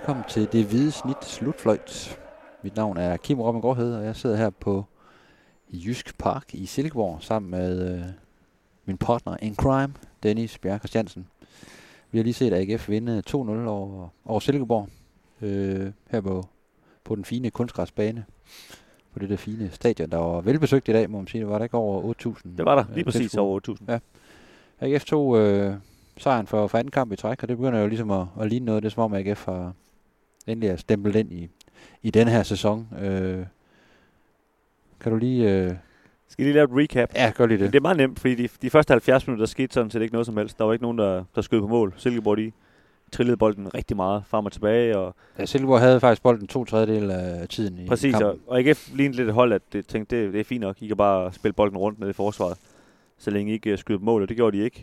velkommen til Det Hvide Snit Slutfløjt. Mit navn er Kim Robben Gårdhed, og jeg sidder her på Jysk Park i Silkeborg sammen med min partner in crime, Dennis Bjerg Christiansen. Vi har lige set AGF vinde 2-0 over Silkeborg her på den fine kunstgræsbane. På det der fine stadion, der var velbesøgt i dag, må man sige. Det var der ikke over 8.000? Det var der, lige præcis over 8.000. Ja. AGF tog sejren for anden kamp i træk, og det begynder jo ligesom at ligne noget. Det er som om AGF har endelig er stemplet ind i denne her sæson. Kan du lige... Skal I lige lave et recap? Ja, gør lige det. Det er meget nemt, fordi de første 70 minutter skete sådan set ikke noget som helst. Der var ikke nogen, der skød på mål. Silkeborg, de trillede bolden rigtig meget frem og tilbage. Og ja, Silkeborg havde faktisk bolden 2/3 af tiden i præcis, kampen. og AGF lignede lidt et hold, at det tænkte, det er fint nok. I kan bare spille bolden rundt med det forsvaret, så længe I ikke skyder på mål, og det gjorde de ikke.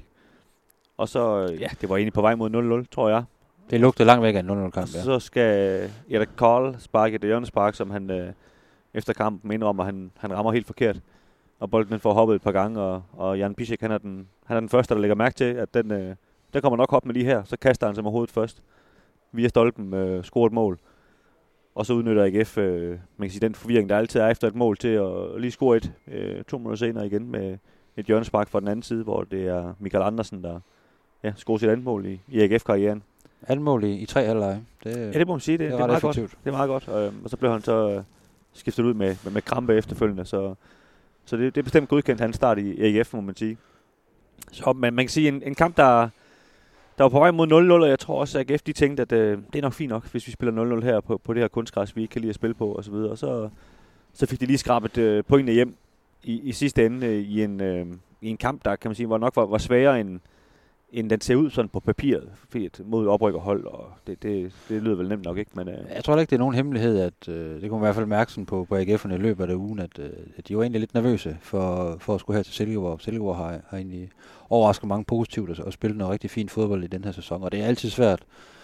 Og så, ja, det var egentlig på vej mod 0-0, tror jeg. Det lugtede langt væk af en 0-0-kamp, ja. Så skal Erik Kold sparke et hjørnespark, som han efter kampen indrømmer, han rammer helt forkert. Og bolden får hoppet et par gange, og Jan Piszek, han er den første, der lægger mærke til, at der kommer nok op med lige her. Så kaster han sig med hovedet først. Via stolpen scorer et mål. Og så udnytter AGF, man kan sige, den forvirring, der altid er efter et mål, til at lige score 2 minutter senere igen med et hjørnespark fra den anden side, hvor det er Michael Andersen, der scorer sit andet mål i AGF-karrieren. Andet mål i 3 halvleje. Det må man sige, det er meget godt. Det er meget godt. Og så blev han så skiftet ud med krampe efterfølgende, så det er bestemt godkendt hans start i AGF, må man sige. Så man kan sige, en kamp, der var på vej mod 0-0, og jeg tror også, at AGF de tænkte, at det er nok fint nok, hvis vi spiller 0-0 her på det her kunstgræs, vi ikke kan lide at spille på, osv. Og så fik de lige skrabet pointene hjem i sidste ende i en kamp, der kan man sige, var sværere end den ser ud sådan på papiret mod oprykkerhold, og det lyder vel nemt nok, ikke? Men, jeg tror ikke, det er nogen hemmelighed, at det kunne man i hvert fald mærke sådan på AGF'erne i løbet af ugen, at de var egentlig lidt nervøse for at skulle her til Silkeborg. Silkeborg har egentlig overrasket mange positivt og spillet noget rigtig fint fodbold i den her sæson, og det er altid svært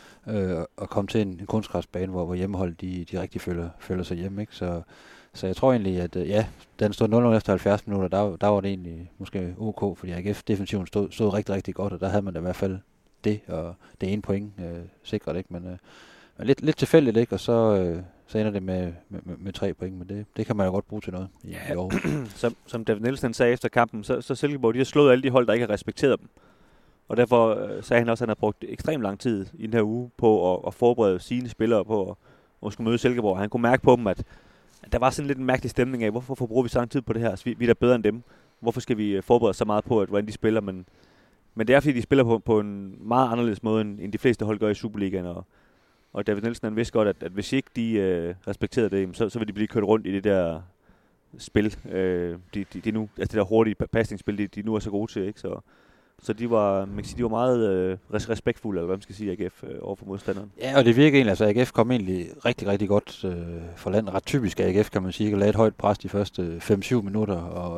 at komme til en kunstgræsbane, hvor hjemmehold de rigtig føler sig hjemme, ikke? Så jeg tror egentlig, at den stod 0-0 efter 70 minutter, der var det egentlig måske ok, fordi AGF defensiven stod rigtig, rigtig godt, og der havde man da i hvert fald det, og det ene point sikret, ikke? Men lidt tilfældigt, ikke? Og så ender det med 3 point, men det kan man jo godt bruge til noget i år. Som David Nielsen sagde efter kampen, så Silkeborg, de har slået alle de hold, der ikke har respekteret dem. Og derfor sagde han også, at han har brugt ekstremt lang tid i den her uge på at forberede sine spillere på at skulle møde Silkeborg. Han kunne mærke på dem, at der var sådan lidt en mærkelig stemning af, hvorfor bruger vi så lang tid på det her? Vi er da bedre end dem. Hvorfor skal vi forberede så meget på, hvordan de spiller? Men det er, fordi de spiller på en meget anderledes måde, end de fleste hold gør i Superligaen. Og David Nielsen, han vidste godt, at hvis ikke de respekterede det, så vil de blive kørt rundt i det der spil. De nu, altså det der hurtige pasningsspil, de nu er så gode til, ikke? Så de var meget respektfulde, eller hvad man skal sige, AGF over for modstanderen. Ja, og det virker egentlig, altså AGF kom egentlig rigtig, rigtig godt for land. Ret typisk AGF, kan man sige, at lade et højt pres de første 5-7 minutter,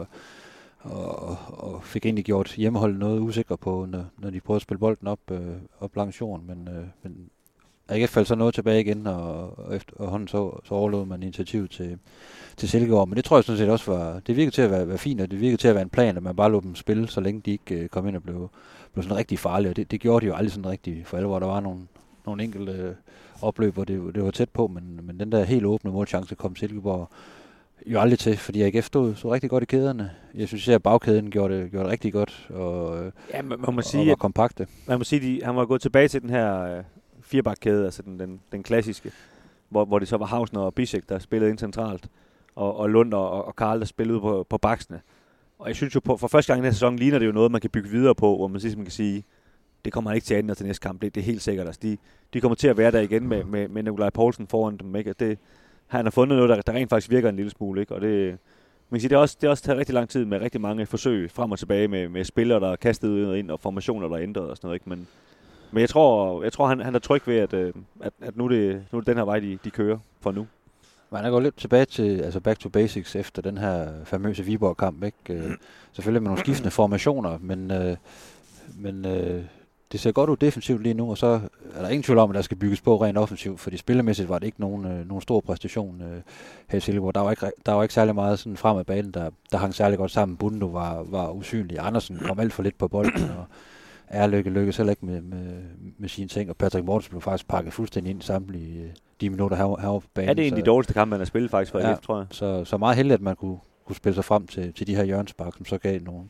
og fik egentlig gjort hjemmeholdet noget usikre på, når de prøvede at spille bolden op langs jorden. Men AGF faldt så noget tilbage igen, og efterhånden så overlod man initiativet til Silkeborg. Men det tror jeg sådan set også det virkede til at være fint, og det virkede til at være en plan, at man bare lod dem spille, så længe de ikke kom ind og blev sådan rigtig farlige. Og det gjorde de jo aldrig sådan rigtig for alvor. Der var nogle enkelte opløb, hvor det var tæt på, men den der helt åbne målchance kom Silkeborg jo aldrig til, fordi AGF stod rigtig godt i kæderne. Jeg synes, at bagkæden gjorde det rigtig godt, og var kompakte. Man må sige, han var gået tilbage til den her firebakkæde, altså den klassiske, hvor det så var Hausner og Piszek, der spillede ind centralt, og Lund og Karl, der spillede ude på baksene. Og jeg synes jo, for første gang i den her sæson ligner det jo noget, man kan bygge videre på, hvor man kan sige, det kommer ikke til at ændre til næste kamp, det er helt sikkert. Altså, de kommer til at være der igen med Nikolaj Poulsen foran dem, ikke? Han har fundet noget, der rent faktisk virker en lille smule, ikke? Og det, man kan sige, det har også taget rigtig lang tid med rigtig mange forsøg frem og tilbage med spillere, der er kastet ud ind, og formationer, der er ændret og sådan noget, ikke? Men jeg tror han er tryg ved, at nu er det den her vej, de kører for nu. Man er gået lidt tilbage til, back to basics efter den her famøse Viborg-kamp, ikke? Selvfølgelig med nogle skiftende formationer, men det ser godt ud defensivt lige nu, og så er der ingen tvivl om, at der skal bygges på rent offensivt, fordi spillemæssigt var det ikke nogen stor præstation her i Silkeborg. Der var ikke særlig meget sådan frem af banen, der hang særlig godt sammen. Bundo var usynlig. Andersen kom alt for lidt på bolden, Erløkke lykkedes heller ikke med sine ting, og Patrick Mortensen blev faktisk pakket fuldstændig ind i samtlige de minutter herovre på banen. Ja, det er en af de dårligste kampe, man har spillet faktisk for AGF, tror jeg. Så meget heldigt, at man kunne spille sig frem til de her hjørnespark, som så gav nogle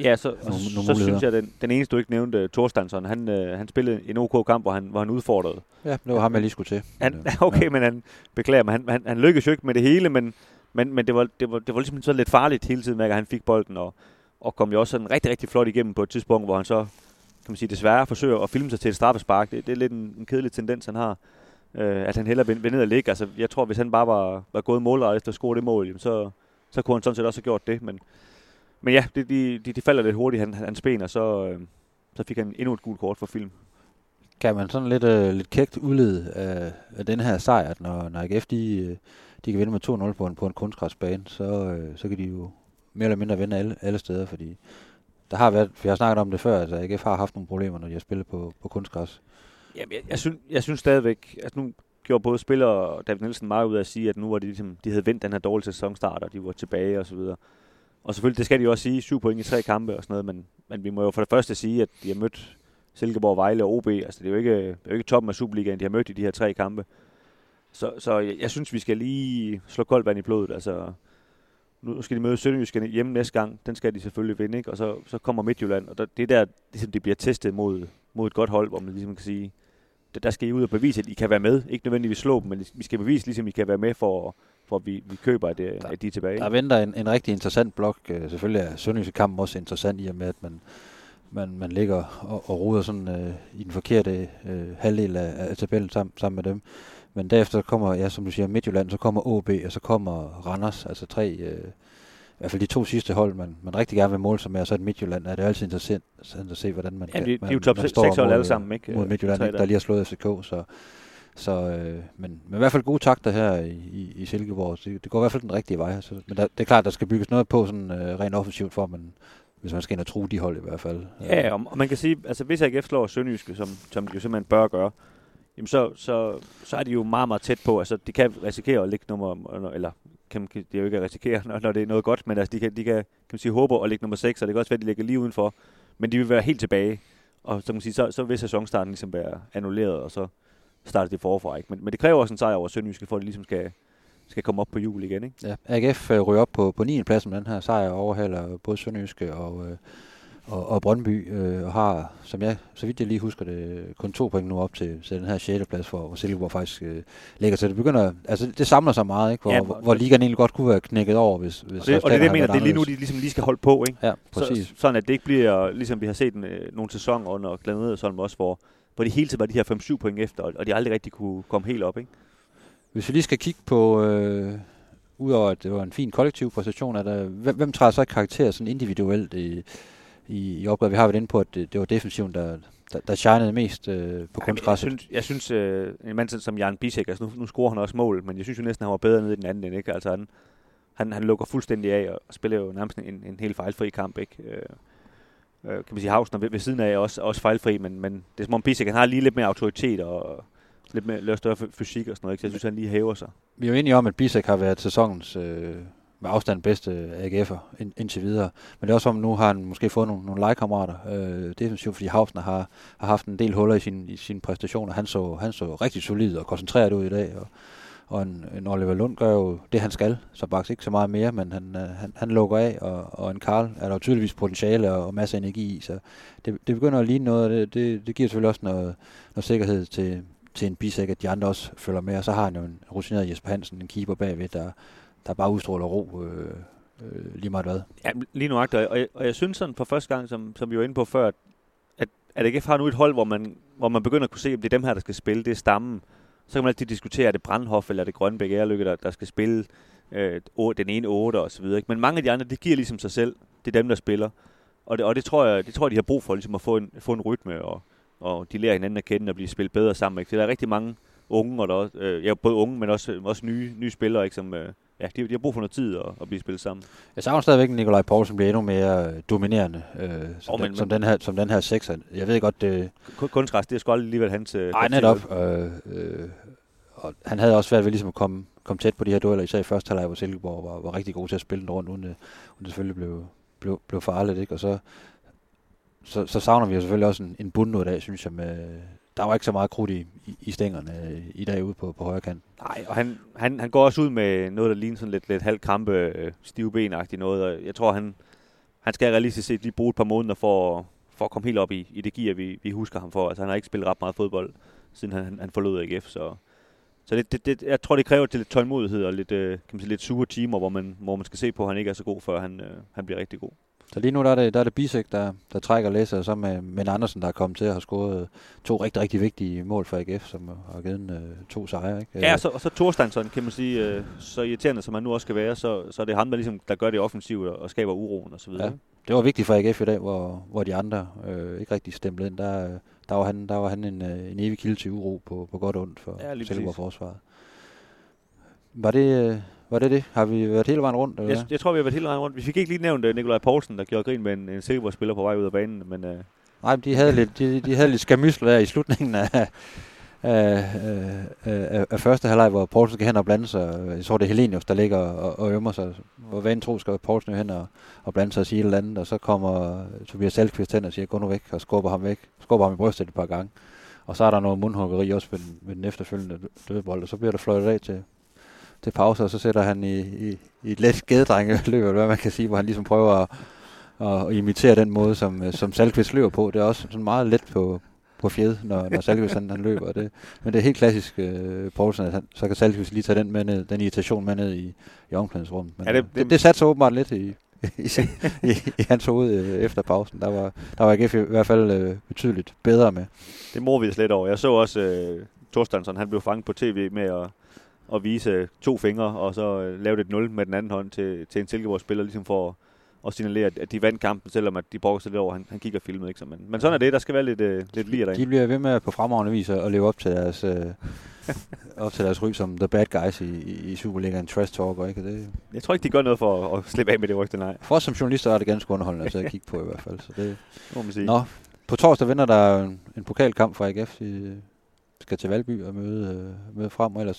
så synes jeg, den eneste, du ikke nævnte, Thorsteinsson, han spillede en OK kamp, hvor han udfordrede. Ja, det var ham, jeg lige skulle til. Men han beklager mig. Han lykkedes jo ikke med det hele, men det var ligesom så lidt farligt hele tiden, at han fik bolden, og kom jo også sådan rigtig, rigtig flot igennem på et tidspunkt, hvor han så, kan man sige, desværre forsøger at filme sig til et straffespark. Det er lidt en kedelig tendens, han har, at han hellere vil ned og ligge. Altså, jeg tror, hvis han bare var gået målrettet efter at score det mål, så kunne han sådan set også have gjort det. Men ja, de falder lidt hurtigt, hans ben, og så fik han endnu et gult kort for film. Kan man sådan lidt kægt udlede af den her sejr, at når AGF de kan vinde med 2-0 på en kunstgræsbane, så kan de jo mere eller mindre vinde alle steder, fordi der har været, vi har snakket om det før, at AGF har haft nogle problemer, når de har spillet på kunstgræs. Jamen, jeg synes stadigvæk, at nu gjorde både spiller og David Nielsen meget ud af at sige, at nu var de havde vendt den her dårlige sæsonstart, og de var tilbage og så videre. Og selvfølgelig, det skal de jo også sige, 7 point i 3 kampe og sådan noget, men vi må jo for det første sige, at de har mødt Silkeborg, Vejle og OB. Altså, det er jo ikke toppen af Superligaen, de har mødt i de her 3 kampe. Så jeg synes, vi skal lige slå koldt vand i blodet. Altså, nu skal de møde Sønderjyske hjemme næste gang. Den skal de selvfølgelig vinde, ikke? Og så kommer Midtjylland, og det der, ligesom det bliver testet mod et godt hold, hvor man ligesom kan sige, der skal I ud og bevise, at I kan være med. Ikke nødvendigvis slå dem, men vi skal bevise, ligesom I kan være med for at vi køber, at de er tilbage. Der venter en rigtig interessant blok. Selvfølgelig er Sønderjyske kampen også interessant i og med, at man ligger og roder sådan i den forkerte halvdel af tabellen sammen med dem. Men derefter kommer, ja, som du siger, Midtjylland, så kommer OB, og så kommer Randers, altså 3, i hvert fald de 2 sidste hold, man rigtig gerne vil måle sig med, og så et Midtjylland, er det altid interessant at se, hvordan man kan. Ja, de er jo top 6 hold alle sammen, ikke? Mod Midtjylland, der lige har slået FCK, men i hvert fald gode takter her i Silkeborg. Det går i hvert fald den rigtige vej. Men det er klart, der skal bygges noget på sådan rent offensivt for, hvis man skal ind og true de hold i hvert fald. Ja, og man kan sige, altså hvis AGF slår Sønderjyske, som de jo simpelthen bør gøre, jamen så er de jo meget, meget tæt på. Altså, de kan risikere at ligge nummer, eller kan de jo ikke risikere, når det er noget godt, men altså, de kan man sige, håbe at ligge nummer 6, og det kan også være, at de ligger lige udenfor, men de vil være helt tilbage, og så kan man sige, så vil sæsonstarten ligesom være annulleret, og så starter det forfra, ikke? Men det kræver også en sejr over Sønderjyske, for at det ligesom skal komme op på hjul igen, ikke? Ja, AGF ryger op på 9. pladsen med den her sejr, overhaler både Sønderjyske og Brøndby, og har, så vidt jeg lige husker det, kun 2 point nu op til den her 6. plads, hvor Silkeborg faktisk ligger. Så det begynder, altså det samler sig meget, ikke? Hvor ligaen egentlig godt kunne være knækket over, hvis og det jeg mener, det er lige nu, de ligesom lige skal holde på, ikke? Ja, præcis. Sådan at det ikke bliver, ligesom vi har set nogle sæsoner under Glenn Ederson også, hvor de hele tiden var de her 5-7 point efter, og de aldrig rigtig kunne komme helt op, ikke? Hvis vi lige skal kigge på, udover at det var en fin kollektiv præstation, hvem træder så karakter sådan individuelt i opgøret? Vi har været inde på, at det var defensiven, der shinede mest på kunstgræsset. Jeg synes en mand som Jan Bisek, altså nu scorer han også mål, men jeg synes jo næsten, han var bedre nede i den anden ende, ikke? Altså han lukker fuldstændig af og spiller jo nærmest en helt fejlfri kamp, ikke? Kan man sige, Hausner ved siden af også fejlfri, men det er som om Bisek, han har lige lidt mere autoritet og lidt mere større fysik og sådan noget, ikke? Så jeg synes, han lige hæver sig. Vi er jo enige om, at Bisek har været sæsonens med afstand bedste AGF'er indtil videre. Men det er også om, nu har han måske fået nogle legekammerater defensivt, fordi Hausner har haft en del huller i sine præstationer. Han så rigtig solid og koncentreret ud i dag, og en Oliver Lund gør jo det, han skal, så faktisk ikke så meget mere, men han lukker af, og en Karl er der jo tydeligvis potentiale og masser af energi i, så det begynder at ligne noget, og det giver selvfølgelig også noget sikkerhed til en Bisek, at de andre også følger med, og så har han jo en rutineret Jesper Hansen, en keeper bagved, der bare udstråler ro lige meget hvad. Ja, lige nuagtigt, og jeg synes sådan for første gang, som vi var inde på før, at AGF har nu et hold, hvor man begynder at kunne se, om det er dem her, der skal spille, det er stammen. Så kan man altid diskutere, er det Brandhoff eller er det Grønbæk Erløkke, der skal spille den ene 8 og så videre. Ikke? Men mange af de andre, det giver ligesom sig selv. Det er dem, der spiller. Og det tror jeg, de har brug for, ligesom at få en rytme, og de lærer hinanden at kende og blive spillet bedre sammen. Ikke? Så der er rigtig mange unge, og der også, både unge, men også nye spillere, ikke? Som de har brug for noget tid at blive spillet sammen. Jeg savner stadigvæk, at Nikolaj Poulsen bliver endnu mere dominerende, som den her sekser. Jeg ved godt, det... Kunstgræs, det er sgu alligevel hans... Ej, netop. Og han havde også svært ved ligesom at komme tæt på de her dueller, især i første halvleg, hvor Silkeborg var rigtig god til at spille den rundt, uden det selvfølgelig blev farligt, ikke? Og så så savner vi jo selvfølgelig også en Bundo i dag, synes jeg. Der var ikke så meget krudt i stængerne i dag ude på højre kant. Nej, og han går også ud med noget, der ligner sådan lidt halvkrampe, stivbenagtigt noget, og jeg tror, han skal realistisk set lige bruge et par måneder for at komme helt op i det gear, vi husker ham for. Altså, han har ikke spillet ret meget fodbold, siden han forlod AGF, så jeg tror, det kræver til lidt tålmodighed og lidt, kan man sige, lidt sure timer, hvor man skal se på, at han ikke er så god, før han bliver rigtig god. Så lige nu der er det Bisek, der trækker læser, og så med Andersen, der er kommet til at have scoret 2 rigtig, rigtig vigtige mål for AGF, som har givet 2 sejre. Ikke? Ja, og så Thorsteinsson, kan man sige, så irriterende som han nu også skal være, så er det ham, der ligesom der gør det offensivt og skaber uroen osv. Ja, det var vigtigt for AGF i dag, hvor de andre ikke rigtig stemplede ind. Der var han en evig kilde til uro på godt og ondt for Silkeborg forsvaret. Var det? Har vi været hele vejen rundt? Eller? Jeg tror, vi har været hele vejen rundt. Vi fik ikke lige nævnt Nikolaj Poulsen, der gjorde grin med en Silkeborg-spiller på vej ud af banen. Men, nej, de havde lidt skamysler der i slutningen af første halvleg, hvor Poulsen skal hen og blande sig. Jeg tror, det er Helenius, der ligger og ømmer sig. Hvor vanen tro skal Poulsen hen og blande sig og sige et eller andet. Og så kommer Tobias Salkvist hen og siger, gå nu væk, og skubber ham væk. Skubber ham i brystet et par gange. Og så er der noget mundhuggeri også med den efterfølgende dødbold, og så bliver der fløjtet af til pause, og så sætter han i et let gædedrengeløb, eller hvad man kan sige, hvor han ligesom prøver at imitere den måde, som Salkvist løber på. Det er også sådan meget let på fjed, når Salkvist han løber. Men det er helt klassisk Poulsen, at så kan Salkvist lige tage den irritation med ned i omklædningsrummet. Men det satte sig åbenbart lidt i hans hoved efter pausen. Der var AGF i hvert fald betydeligt bedre med. Det mor vi slet over. Jeg så også Thorsteinsson, han blev fanget på tv med at vise 2 fingre, og så lavede et 0 med den anden hånd til en Silkeborg-spiller, ligesom for at signalere, at de vandt kampen, selvom at de brokker sig lidt over, han kigger filmet, ikke? Men sådan er det, der skal være lidt lir derinde. De bliver ved med på fremragende vis at leve op til deres ry som the bad guys i Superligaen, trash talker, ikke? Det, jeg tror ikke, de gør noget for at slippe af med det rygte, nej. For os som journalister er det ganske underholdende at kigge på i hvert fald. Så det må man sige. Nå, på torsdag vinder der en pokalkamp fra AGF, skal til Valby og møde frem, og ellers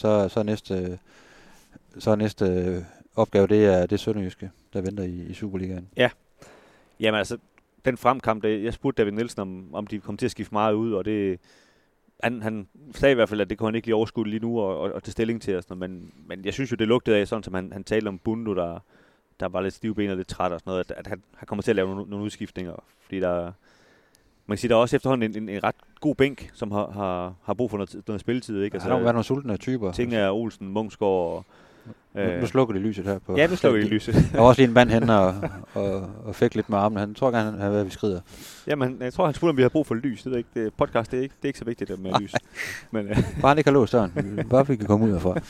så næste opgave, det er Sønderjyske, der venter i Superligaen. Ja. Jamen altså, den fremkamp, jeg spurgte David Nielsen, om de kom til at skifte meget ud, og det han sagde i hvert fald, at det kunne han ikke lige overskue lige nu og tage stilling til os, men jeg synes jo, det lugtede af sådan, som han talte om Bundo, der var lidt stivben og lidt træt og sådan noget, at han kommer til at lave nogle udskiftninger, fordi man kan sige, der er også efterhånden en ret god bænk, som har brug for noget spilletid, ikke? Altså, der har været nogle sultne typer. Tingene er Olsen, Munchsgaard og nu slukker det lyset her på. Ja, nu slukker det lyset. Der var også lige en mand hen og fik lidt med armen. Han tror gerne, han havde været, vi skrider. Jamen, jeg tror, han spurgte, om vi havde brug for lys. Det er ikke, podcast, det er ikke så vigtigt med lys. Men, bare han ikke har låst døren. Bare vi kan komme ud herfra.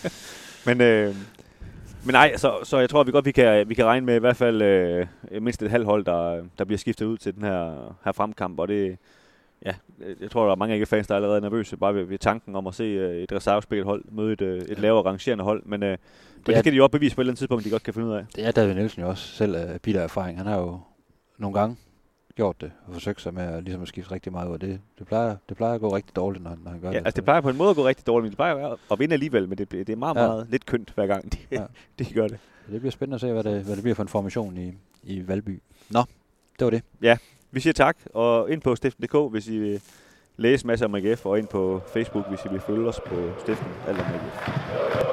Men nej, så jeg tror, vi kan regne med i hvert fald mindst et halvt hold, der bliver skiftet ud til den her fremkamp. Og det, ja, jeg tror, der er mange AGF-fans, der er allerede nervøse bare ved tanken om at se et reservespillet hold møde et lavere rangerende hold. Men det skal de jo også bevise på et eller andet tidspunkt, de godt kan finde ud af. Det er David Nielsen jo også selv af bitter erfaring. Han har jo nogle gange gjort det og forsøgt sig med at skifte rigtig meget ud. Det plejer at gå rigtig dårligt, når han gør det. Altså det plejer på en måde at gå rigtig dårligt, men det plejer at vinde alligevel, men det er meget, meget lidt kønt hver gang, de gør det. Det bliver spændende at se, hvad det bliver for en formation i Valby. Nå, det var det. Ja, vi siger tak, og ind på stiften.dk, hvis I vil læse masser om AGF, og ind på Facebook, hvis I vil følge os på Stiften. Alt om AGF.